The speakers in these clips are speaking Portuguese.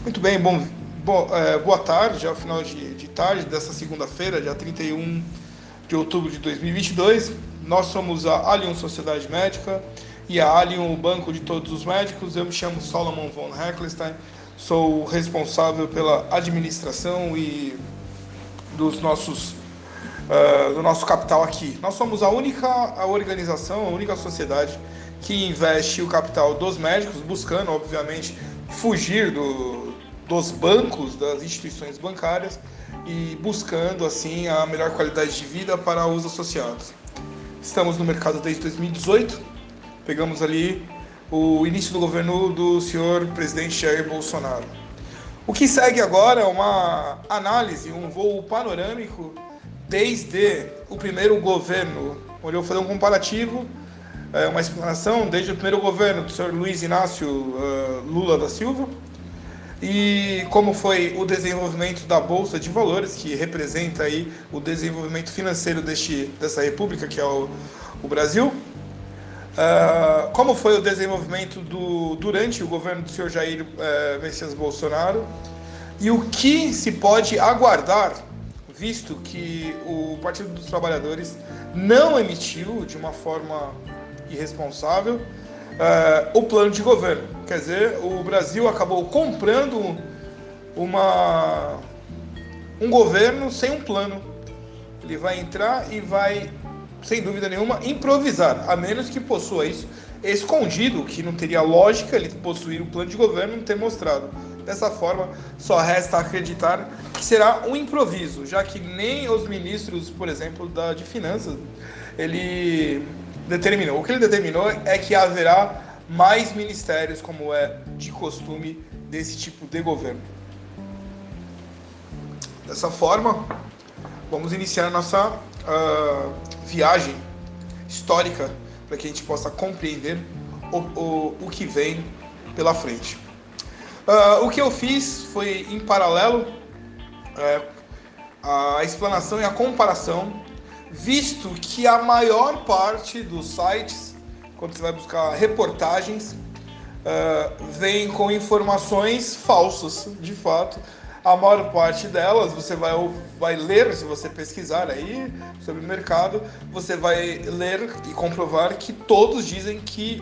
Muito bem, boa tarde, ao final de tarde dessa segunda-feira, dia 31 de outubro de 2022. Nós somos a Allium Sociedade Médica e a Allium, o banco de todos os médicos. Eu me chamo Solomon von Heckelstein, sou responsável pela administração e do nosso capital aqui. Nós somos a única organização, a única sociedade que investe o capital dos médicos, buscando, obviamente, fugir dos bancos, das instituições bancárias e buscando, assim, a melhor qualidade de vida para os associados. Estamos no mercado desde 2018, pegamos ali o início do governo do senhor presidente Jair Bolsonaro. O que segue agora é uma análise, um voo panorâmico desde o primeiro governo, onde eu vou fazer um comparativo, uma explanação desde o primeiro governo do senhor Luiz Inácio Lula da Silva, e como foi o desenvolvimento da Bolsa de Valores, que representa aí o desenvolvimento financeiro dessa república, que é o Brasil. Como foi o desenvolvimento durante o governo do senhor Jair Messias Bolsonaro, e o que se pode aguardar, visto que o Partido dos Trabalhadores não emitiu de uma forma irresponsável o plano de governo. Quer dizer, o Brasil acabou comprando um governo sem um plano. Ele vai entrar e vai, sem dúvida nenhuma, improvisar, a menos que possua isso escondido, que não teria lógica ele possuir o plano de governo e não ter mostrado. Dessa forma, só resta acreditar que será um improviso, já que nem os ministros, por exemplo, de Finanças, ele determinou. O que ele determinou é que haverá mais ministérios, como é de costume desse tipo de governo. Dessa forma, vamos iniciar a nossa viagem histórica para que a gente possa compreender o que vem pela frente. O que eu fiz foi, em paralelo, a explanação e a comparação, visto que a maior parte dos sites, quando você vai buscar reportagens, vem com informações falsas, de fato. A maior parte delas você vai ler, se você pesquisar aí sobre o mercado, você vai ler e comprovar que todos dizem que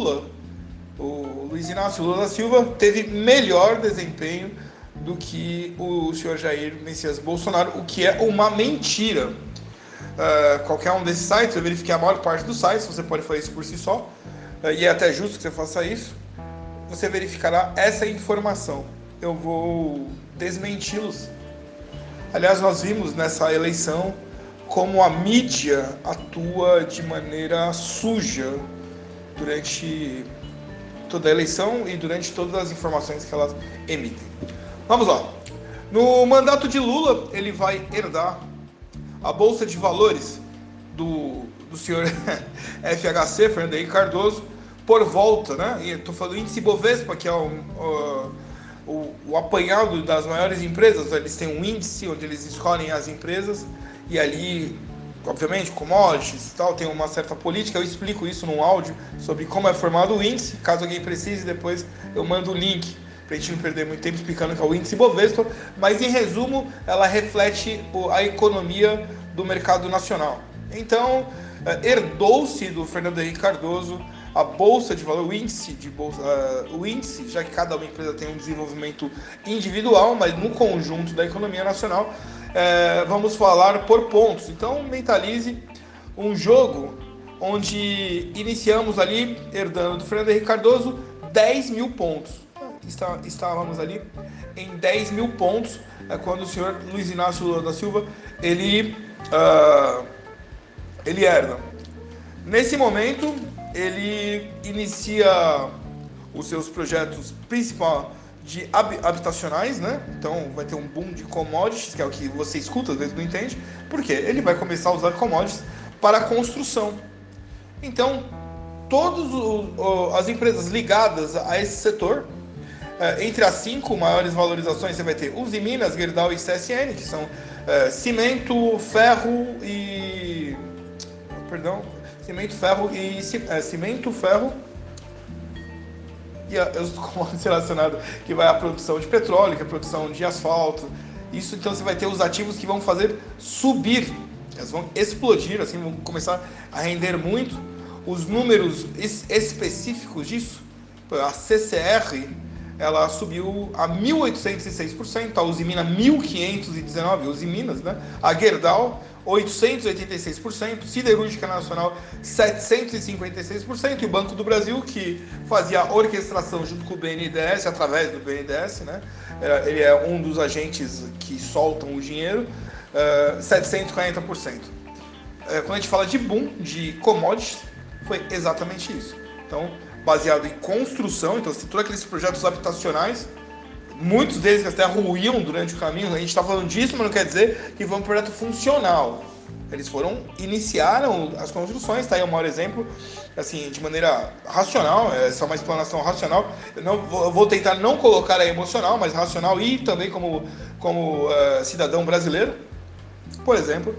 o Luiz Inácio Lula da Silva teve melhor desempenho do que o senhor Jair Messias Bolsonaro, o que é uma mentira. Qualquer um desses sites, eu verifiquei a maior parte dos sites, você pode fazer isso por si só, e é até justo que você faça isso, você verificará essa informação. Eu vou desmenti-los. Aliás, nós vimos nessa eleição como a mídia atua de maneira suja durante toda a eleição e durante todas as informações que elas emitem. Vamos lá. No mandato de Lula, ele vai herdar a Bolsa de Valores do senhor FHC, Fernando Henrique Cardoso, por volta, né? E estou falando do índice Bovespa, que é o apanhado das maiores empresas. Eles têm um índice onde eles escolhem as empresas e ali, obviamente, commodities e tal, tem uma certa política. Eu explico isso num áudio sobre como é formado o índice. Caso alguém precise, depois eu mando o link para a gente não perder muito tempo explicando que é o índice Bovespa, mas em resumo, ela reflete a economia do mercado nacional. Então, herdou-se do Fernando Henrique Cardoso a Bolsa de Valor, o índice, já que cada uma empresa tem um desenvolvimento individual, mas no conjunto da economia nacional, vamos falar por pontos. Então, mentalize um jogo onde iniciamos ali, herdando do Fernando Henrique Cardoso, 10 mil pontos. Estávamos ali em 10 mil pontos quando o senhor Luiz Inácio Lula da Silva ele herda. Nesse momento, ele inicia os seus projetos principais de habitacionais, né? Então vai ter um boom de commodities, que é o que você escuta, às vezes não entende, porque ele vai começar a usar commodities para a construção. Então, todas as empresas ligadas a esse setor, entre as 5 maiores valorizações, você vai ter Usiminas, Gerdau e CSN, que são cimento, ferro e... Cimento, ferro e os commodities relacionados, que vai à produção de petróleo, que é a produção de asfalto. Isso, então, você vai ter os ativos que vão fazer subir, elas vão explodir, assim, vão começar a render muito. Os números específicos disso, a CCR, ela subiu a 1.806%, a Usiminas 1.519%, Usiminas, né? A Gerdau 886%, Siderúrgica Nacional 756%, e o Banco do Brasil, que fazia a orquestração junto com o BNDES, através do BNDES, né? Ele é um dos agentes que soltam o dinheiro, 740%. Quando a gente fala de boom, de commodities, foi exatamente isso. Então, baseado em construção, então todos aqueles projetos habitacionais, muitos deles até ruíam durante o caminho. A gente está falando disso, mas não quer dizer que foi um projeto funcional. Eles iniciaram as construções, está aí o maior exemplo, assim, de maneira racional, essa é uma explanação racional. Eu vou tentar não colocar a emocional, mas racional, e também como cidadão brasileiro. Por exemplo,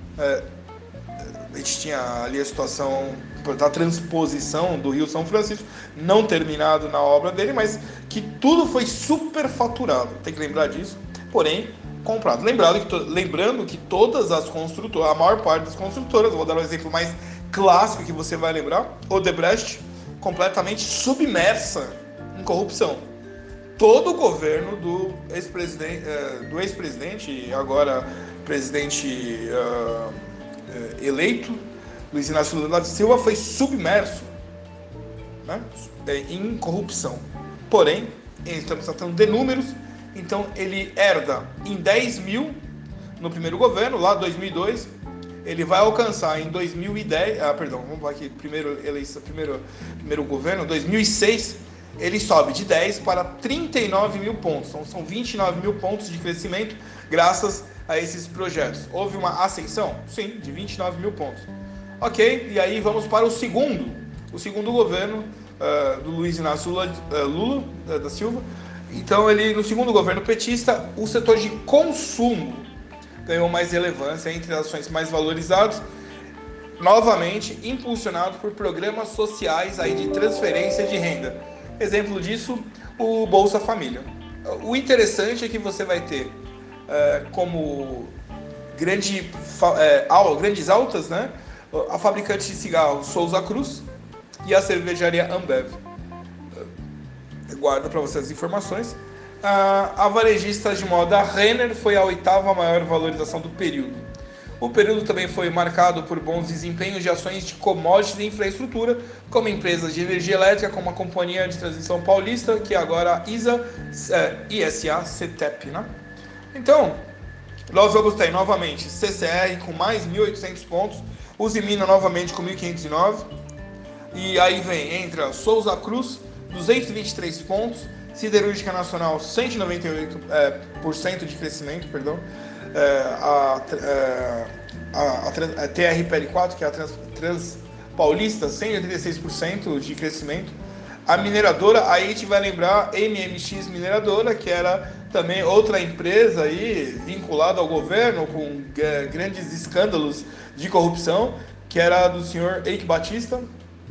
a gente tinha ali a situação da transposição do Rio São Francisco, não terminado na obra dele, mas que tudo foi superfaturado, tem que lembrar disso, porém comprado. Lembrando que todas as construtoras, a maior parte das construtoras, vou dar um exemplo mais clássico que você vai lembrar, Odebrecht, completamente submersa em corrupção. Todo o governo do ex-presidente e agora presidente eleito, Luiz Inácio Lula da Silva, foi submerso, né, em corrupção. Porém, estamos tratando de números, então ele herda em 10 mil no primeiro governo, lá 2002, ele vai alcançar em 2010, vamos lá aqui, primeiro governo, 2006, ele sobe de 10 para 39 mil pontos, então são 29 mil pontos de crescimento graças a esses projetos. Houve uma ascensão? Sim, de 29 mil pontos. Ok, e aí vamos para o segundo governo do Luiz Inácio Lula da Silva. Então, no segundo governo petista, o setor de consumo ganhou mais relevância entre as ações mais valorizadas, novamente impulsionado por programas sociais aí de transferência de renda. Exemplo disso, o Bolsa Família. O interessante é que você vai ter como grandes altas, né, a fabricante de cigarros Souza Cruz e a cervejaria Ambev. Guardo para vocês as informações. A varejista de moda Renner foi a 8ª maior valorização do período. O período também foi marcado por bons desempenhos de ações de commodities e infraestrutura, como empresas de energia elétrica, como a Companhia de Transmissão Paulista, que é agora a ISA-CETEP, né? Então, nós vamos ter novamente CCR com mais 1.800 pontos, Usiminas novamente com 1.509, e aí entra Souza Cruz, 223 pontos, Siderúrgica Nacional 198% de crescimento, perdão, a TRPL4, que é a Paulista, 186% de crescimento. A mineradora, aí a gente vai lembrar MMX Mineradora, que era também outra empresa aí vinculada ao governo com grandes escândalos de corrupção, que era do senhor Eike Batista,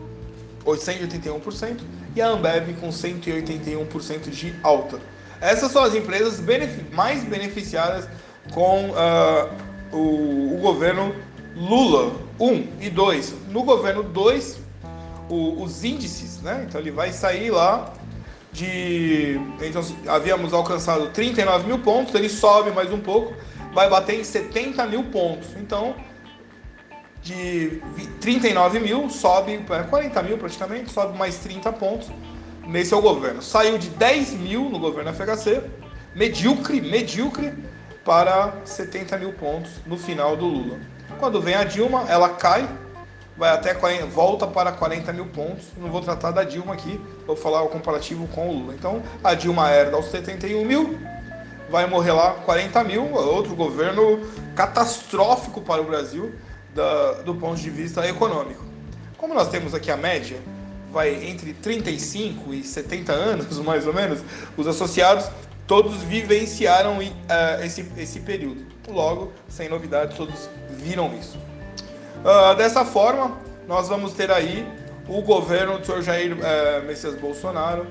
181%, e a Ambev com 181% de alta. Essas são as empresas mais beneficiadas com o governo Lula 1 e 2. No governo 2, os índices, né? Então ele vai sair lá então havíamos alcançado 39 mil pontos, ele sobe mais um pouco, vai bater em 70 mil pontos. Então, de 39 mil, sobe para 40 mil praticamente, sobe mais 30 pontos. Nesse é o governo. Saiu de 10 mil no governo FHC, medíocre, para 70 mil pontos no final do Lula. Quando vem a Dilma, ela cai, volta para 40 mil pontos. Não vou tratar da Dilma aqui, vou falar o comparativo com o Lula. Então, a Dilma herda aos 71 mil, vai morrer lá 40 mil, outro governo catastrófico para o Brasil, do ponto de vista econômico. Como nós temos aqui a média, vai entre 35 e 70 anos, mais ou menos, os associados todos vivenciaram esse período. Logo, sem novidade, todos viram isso. Dessa forma, nós vamos ter aí o governo do senhor Jair Messias Bolsonaro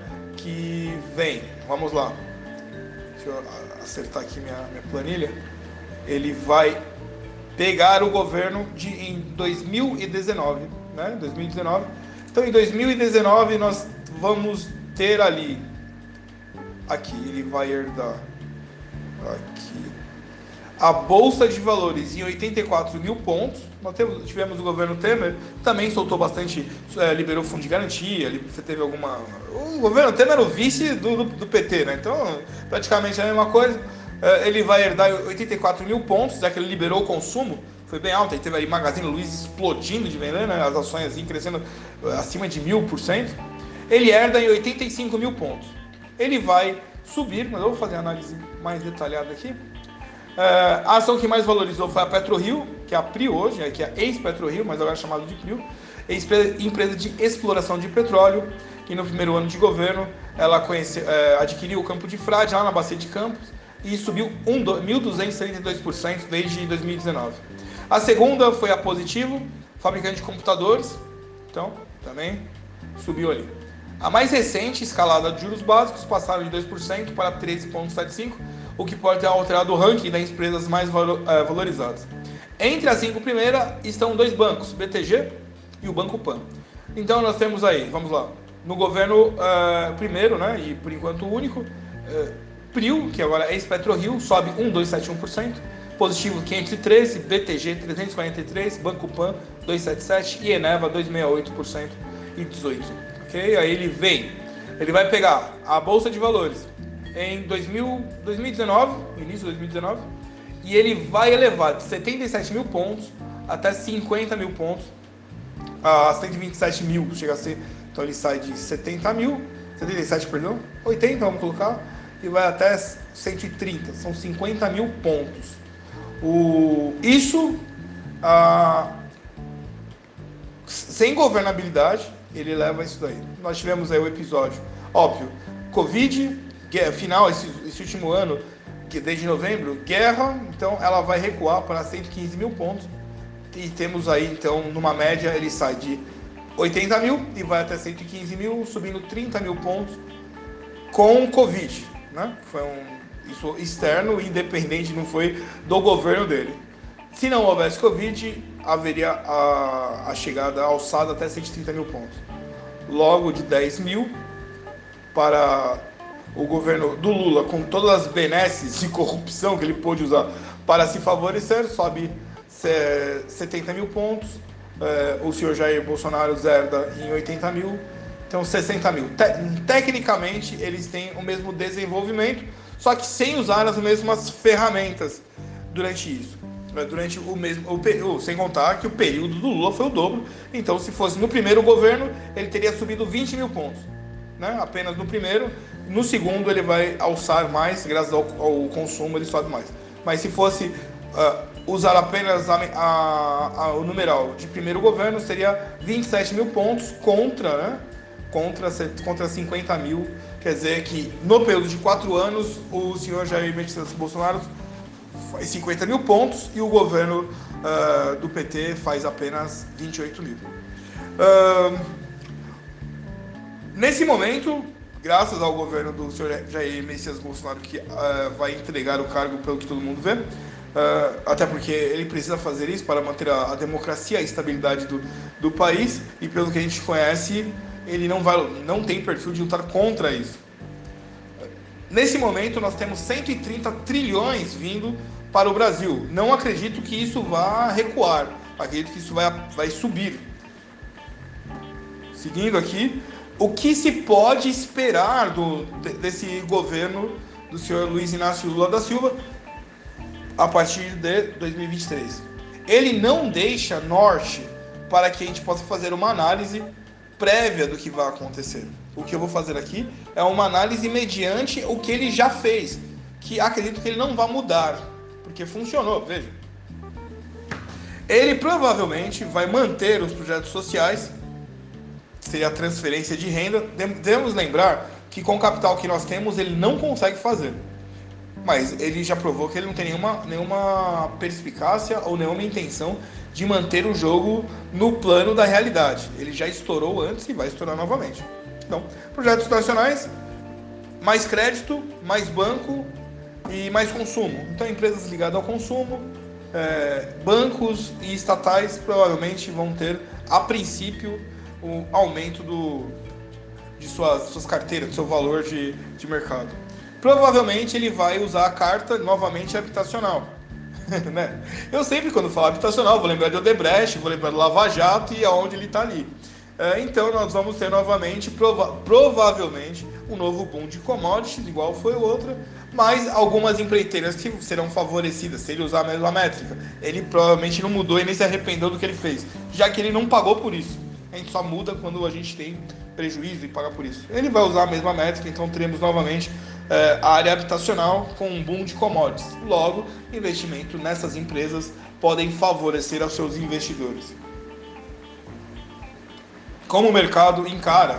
que vem. Vamos lá. Deixa eu acertar aqui minha planilha. Ele vai pegar o governo em 2019, né? 2019. Então, em 2019, nós vamos ter ali... Aqui, ele vai herdar... Aqui... A Bolsa de Valores em 84 mil pontos. Nós tivemos o governo Temer, também soltou bastante, liberou fundo de garantia, você teve alguma... O governo Temer era o vice do PT, né? Então, praticamente é a mesma coisa. Ele vai herdar 84 mil pontos, já que ele liberou o consumo, foi bem alto, aí teve aí Magazine Luiza explodindo de vender, né? As ações assim, crescendo acima de 1000%. Ele herda em 85 mil pontos. Ele vai subir, mas eu vou fazer a análise mais detalhada aqui. A ação que mais valorizou foi a PetroRio, que é a PRIO hoje, que é a ex-PetroRio, mas agora é chamada de PRIO, empresa de exploração de petróleo, que no primeiro ano de governo ela adquiriu o campo de Frade, lá na Bacia de Campos, e subiu 1.232% desde 2019. A segunda foi a Positivo, fabricante de computadores, então também subiu ali. A mais recente, escalada de juros básicos, passaram de 2% para 13,75%, o que pode ter alterado o ranking das empresas mais valorizadas. Entre as 5 primeiras estão 2 bancos, BTG e o Banco Pan. Então nós temos aí, vamos lá, no governo primeiro, né, e por enquanto único, PRIO, que agora é ex-PetroRio, sobe 1,271%, Positivo 513, BTG 343, Banco Pan 277 e Eneva 268% e 18%. Ok? Aí ele vai pegar a Bolsa de Valores em 2019, no início de 2019, e ele vai elevar de 77 mil pontos até 50 mil pontos, a 127 mil, chega a ser, então ele sai de 77, perdão, 80, vamos colocar, e vai até 130, são 50 mil pontos. Isso, sem governabilidade, ele leva isso daí. Nós tivemos aí o episódio, óbvio, Covid, final, esse último ano, que desde novembro, guerra, então ela vai recuar para 115 mil pontos, e temos aí, então, numa média, ele sai de 80 mil e vai até 115 mil, subindo 30 mil pontos com Covid, né? Foi isso externo, independente, não foi do governo dele. Se não houvesse Covid, haveria a chegada, a alçada até 130 mil pontos. Logo de 10 mil para o governo do Lula, com todas as benesses de corrupção que ele pôde usar para se favorecer, sobe 70 mil pontos. O senhor Jair Bolsonaro herda em 80 mil, então 60 mil. Tecnicamente, eles têm o mesmo desenvolvimento, só que sem usar as mesmas ferramentas durante isso. Durante o mesmo período, sem contar que o período do Lula foi o dobro. Então, se fosse no primeiro governo, ele teria subido 20 mil pontos, né? Apenas no primeiro. No segundo, ele vai alçar mais, graças ao consumo, ele sobe mais. Mas se fosse usar apenas o numeral de primeiro governo, seria 27 mil pontos contra 50 mil. Quer dizer que no período de 4 anos, o senhor Jair Messias Bolsonaro faz 50 mil pontos e o governo do PT faz apenas 28 mil. Nesse momento, graças ao governo do senhor Jair Messias Bolsonaro, que vai entregar o cargo pelo que todo mundo vê, até porque ele precisa fazer isso para manter a democracia e a estabilidade do país, e pelo que a gente conhece, ele não tem perfil de lutar contra isso. Nesse momento, nós temos 130 trilhões vindo para o Brasil. Não acredito que isso vá recuar, acredito que isso vai subir. Seguindo aqui, o que se pode esperar desse governo do senhor Luiz Inácio Lula da Silva a partir de 2023? Ele não deixa norte para que a gente possa fazer uma análise prévia do que vai acontecer. O que eu vou fazer aqui é uma análise mediante o que ele já fez, que acredito que ele não vai mudar, porque funcionou, veja. Ele provavelmente vai manter os projetos sociais, seria a transferência de renda. Devemos lembrar que com o capital que nós temos, ele não consegue fazer. Mas ele já provou que ele não tem nenhuma perspicácia ou nenhuma intenção de manter o jogo no plano da realidade. Ele já estourou antes e vai estourar novamente. Então, projetos nacionais, mais crédito, mais banco e mais consumo. Então, empresas ligadas ao consumo, bancos e estatais provavelmente vão ter, a princípio, o aumento de suas carteiras, do seu valor de mercado. Provavelmente ele vai usar a carta novamente habitacional. Né? Eu sempre, quando falo habitacional, vou lembrar de Odebrecht, vou lembrar do Lava Jato e aonde ele está ali. Então nós vamos ter novamente, provavelmente, um novo boom de commodities, igual foi o outro, mas algumas empreiteiras que serão favorecidas se ele usar a mesma métrica. Ele provavelmente não mudou e nem se arrependeu do que ele fez, já que ele não pagou por isso. A gente só muda quando a gente tem prejuízo e paga por isso. Ele vai usar a mesma métrica, então teremos novamente a área habitacional com um boom de commodities. Logo, investimento nessas empresas podem favorecer aos seus investidores. Como o mercado encara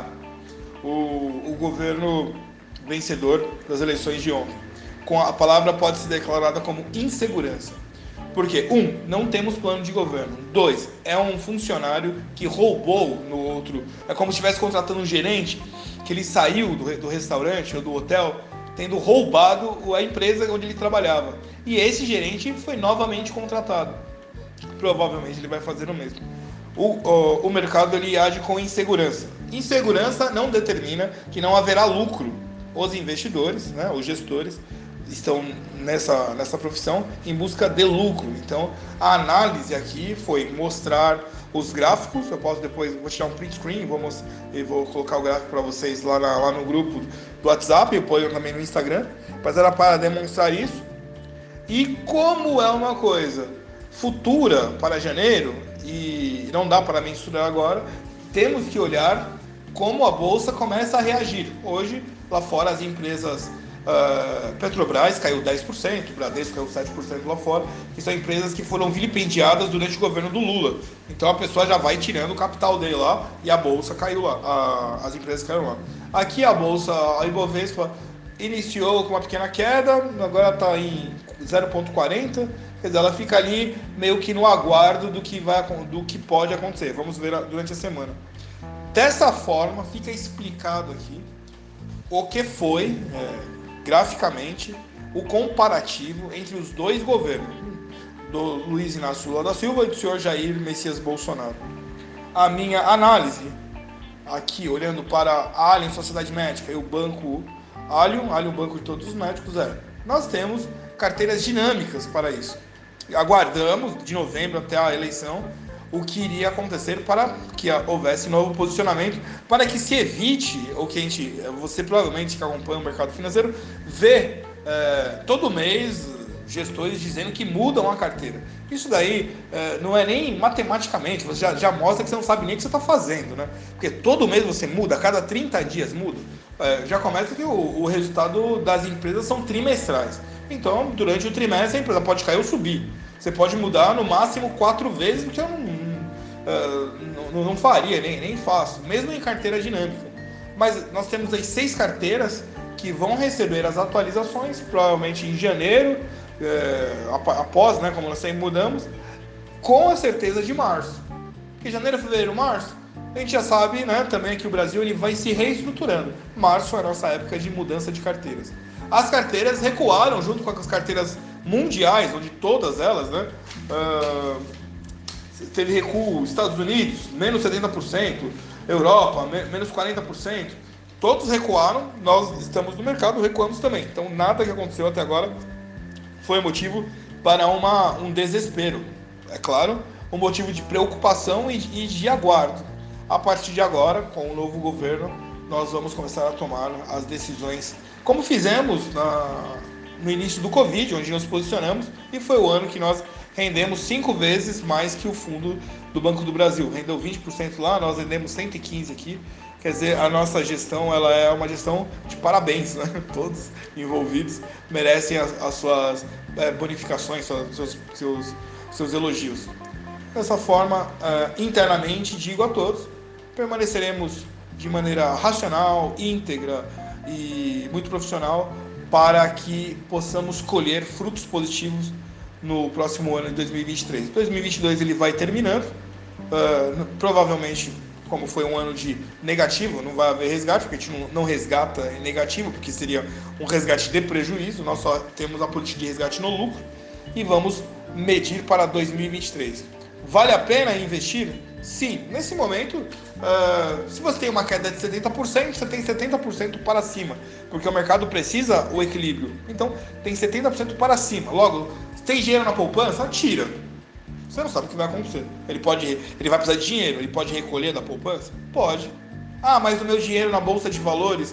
o governo vencedor das eleições de ontem? A palavra pode ser declarada como insegurança. Porque, 1, não temos plano de governo. 2, é um funcionário que roubou no outro. É como se estivesse contratando um gerente que ele saiu do restaurante ou do hotel tendo roubado a empresa onde ele trabalhava. E esse gerente foi novamente contratado. Provavelmente ele vai fazer o mesmo. O mercado ele age com insegurança. Insegurança não determina que não haverá lucro. Os investidores, né, os gestores, estão nessa profissão em busca de lucro. Então, a análise aqui foi mostrar os gráficos. Eu posso depois, vou tirar um print screen e vou colocar o gráfico para vocês lá no grupo do WhatsApp, eu ponho também no Instagram, mas era para demonstrar isso. E como é uma coisa futura para janeiro, e não dá para mensurar agora, temos que olhar como a Bolsa começa a reagir. Hoje, lá fora, as empresas... Petrobras caiu 10%, Bradesco caiu 7% lá fora, que são empresas que foram vilipendiadas durante o governo do Lula. Então a pessoa já vai tirando o capital dele lá e a bolsa caiu lá, as empresas caíram lá. Aqui a bolsa, a Ibovespa, iniciou com uma pequena queda, agora está em 0,40, quer dizer, ela fica ali meio que no aguardo do que pode acontecer. Vamos ver durante a semana. Dessa forma, fica explicado aqui o que foi... graficamente, o comparativo entre os dois governos, do Luiz Inácio Lula da Silva e do senhor Jair Messias Bolsonaro. A minha análise, aqui olhando para a Allianz Sociedade Médica e o Banco Allianz, Banco de Todos os Médicos, nós temos carteiras dinâmicas para isso. Aguardamos, de novembro até a eleição, o que iria acontecer para que houvesse novo posicionamento, para que se evite, ou que você provavelmente que acompanha o mercado financeiro, vê todo mês gestores dizendo que mudam a carteira. Isso daí não é nem matematicamente, você já mostra que você não sabe nem o que você está fazendo, né? Porque todo mês você muda, a cada 30 dias muda. Já começa que o resultado das empresas são trimestrais. Então, durante o trimestre, a empresa pode cair ou subir. Você pode mudar no máximo 4 vezes, o que eu não faria, nem faço, mesmo em carteira dinâmica. Mas nós temos aí 6 carteiras que vão receber as atualizações, provavelmente em janeiro, após, né, como nós sempre mudamos, com a certeza de março. Porque janeiro, fevereiro, março, a gente já sabe, né, também que o Brasil ele vai se reestruturando. Março é a nossa época de mudança de carteiras. As carteiras recuaram junto com as carteiras mundiais, onde todas elas, né, teve recuo, Estados Unidos, menos 70%, Europa, menos 40%, todos recuaram, nós estamos no mercado, recuamos também. Então nada que aconteceu até agora foi motivo para um desespero. É claro, um motivo de preocupação e de aguardo. A partir de agora, com o novo governo, nós vamos começar a tomar as decisões, como fizemos no início do Covid, onde nos posicionamos, e foi o ano que nós rendemos 5 vezes mais que o fundo do Banco do Brasil. Rendeu 20% lá, nós rendemos 115% aqui. Quer dizer, a nossa gestão ela é uma gestão de parabéns, né? Todos envolvidos merecem as suas bonificações, seus elogios. Dessa forma, internamente, digo a todos, permaneceremos de maneira racional, íntegra e muito profissional para que possamos colher frutos positivos no próximo ano de 2023. 2022 ele vai terminando, provavelmente como foi um ano de negativo, não vai haver resgate, porque a gente não resgata em negativo, porque seria um resgate de prejuízo, nós só temos a política de resgate no lucro, e vamos medir para 2023. Vale a pena investir? Sim. Nesse momento, se você tem uma queda de 70%, você tem 70% para cima, porque o mercado precisa o equilíbrio. Então, tem 70% para cima. Logo, se tem dinheiro na poupança, tira. Você não sabe o que vai acontecer. Ele vai precisar de dinheiro, ele pode recolher da poupança? Pode. Ah, mas o meu dinheiro na bolsa de valores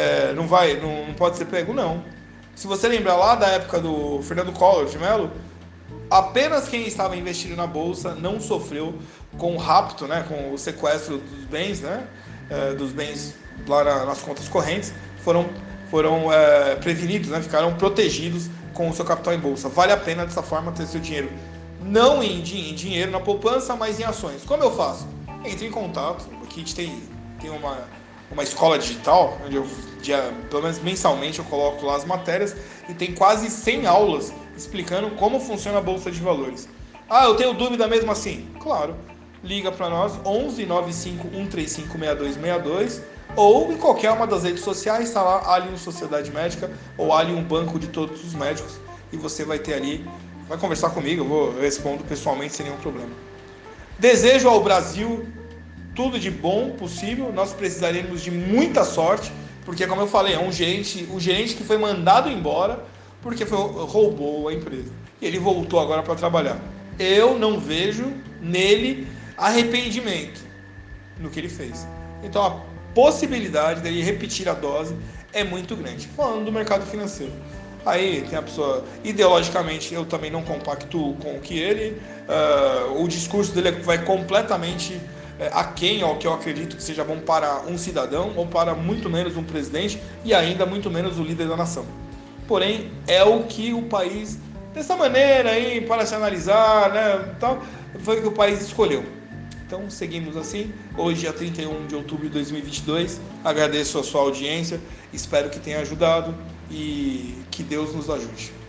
não pode ser pego? Não. Se você lembrar lá da época do Fernando Collor de Mello, apenas quem estava investindo na bolsa não sofreu com o rapto, né, com o sequestro dos bens, né, dos bens lá nas contas correntes, foram prevenidos, né, ficaram protegidos com o seu capital em bolsa. Vale a pena dessa forma ter seu dinheiro não em dinheiro na poupança, mas em ações. Como eu faço? Entre em contato. Aqui a gente tem uma escola digital, onde pelo menos mensalmente eu coloco lá as matérias, e tem quase 100 aulas explicando como funciona a Bolsa de Valores. Ah, eu tenho dúvida mesmo assim? Claro, liga para nós, 11 95 135 6262, ou em qualquer uma das redes sociais, está lá Allium Sociedade Médica ou Allium Banco de Todos os Médicos, e você vai ter ali, vai conversar comigo, eu respondo pessoalmente sem nenhum problema. Desejo ao Brasil tudo de bom possível. Nós precisaremos de muita sorte, porque, como eu falei, é um gerente que foi mandado embora porque roubou a empresa. E ele voltou agora para trabalhar. Eu não vejo nele arrependimento no que ele fez. Então a possibilidade dele repetir a dose é muito grande. Falando do mercado financeiro. Aí tem a pessoa, ideologicamente eu também não compactuo com o que ele, o discurso dele vai completamente aquém ao que eu acredito que seja bom para um cidadão, ou para muito menos um presidente, e ainda muito menos o líder da nação. Porém, é o que o país, dessa maneira aí, para se analisar, né, tal, foi o que o país escolheu. Então, seguimos assim. Hoje, dia 31 de outubro de 2022, agradeço a sua audiência, espero que tenha ajudado e que Deus nos ajude.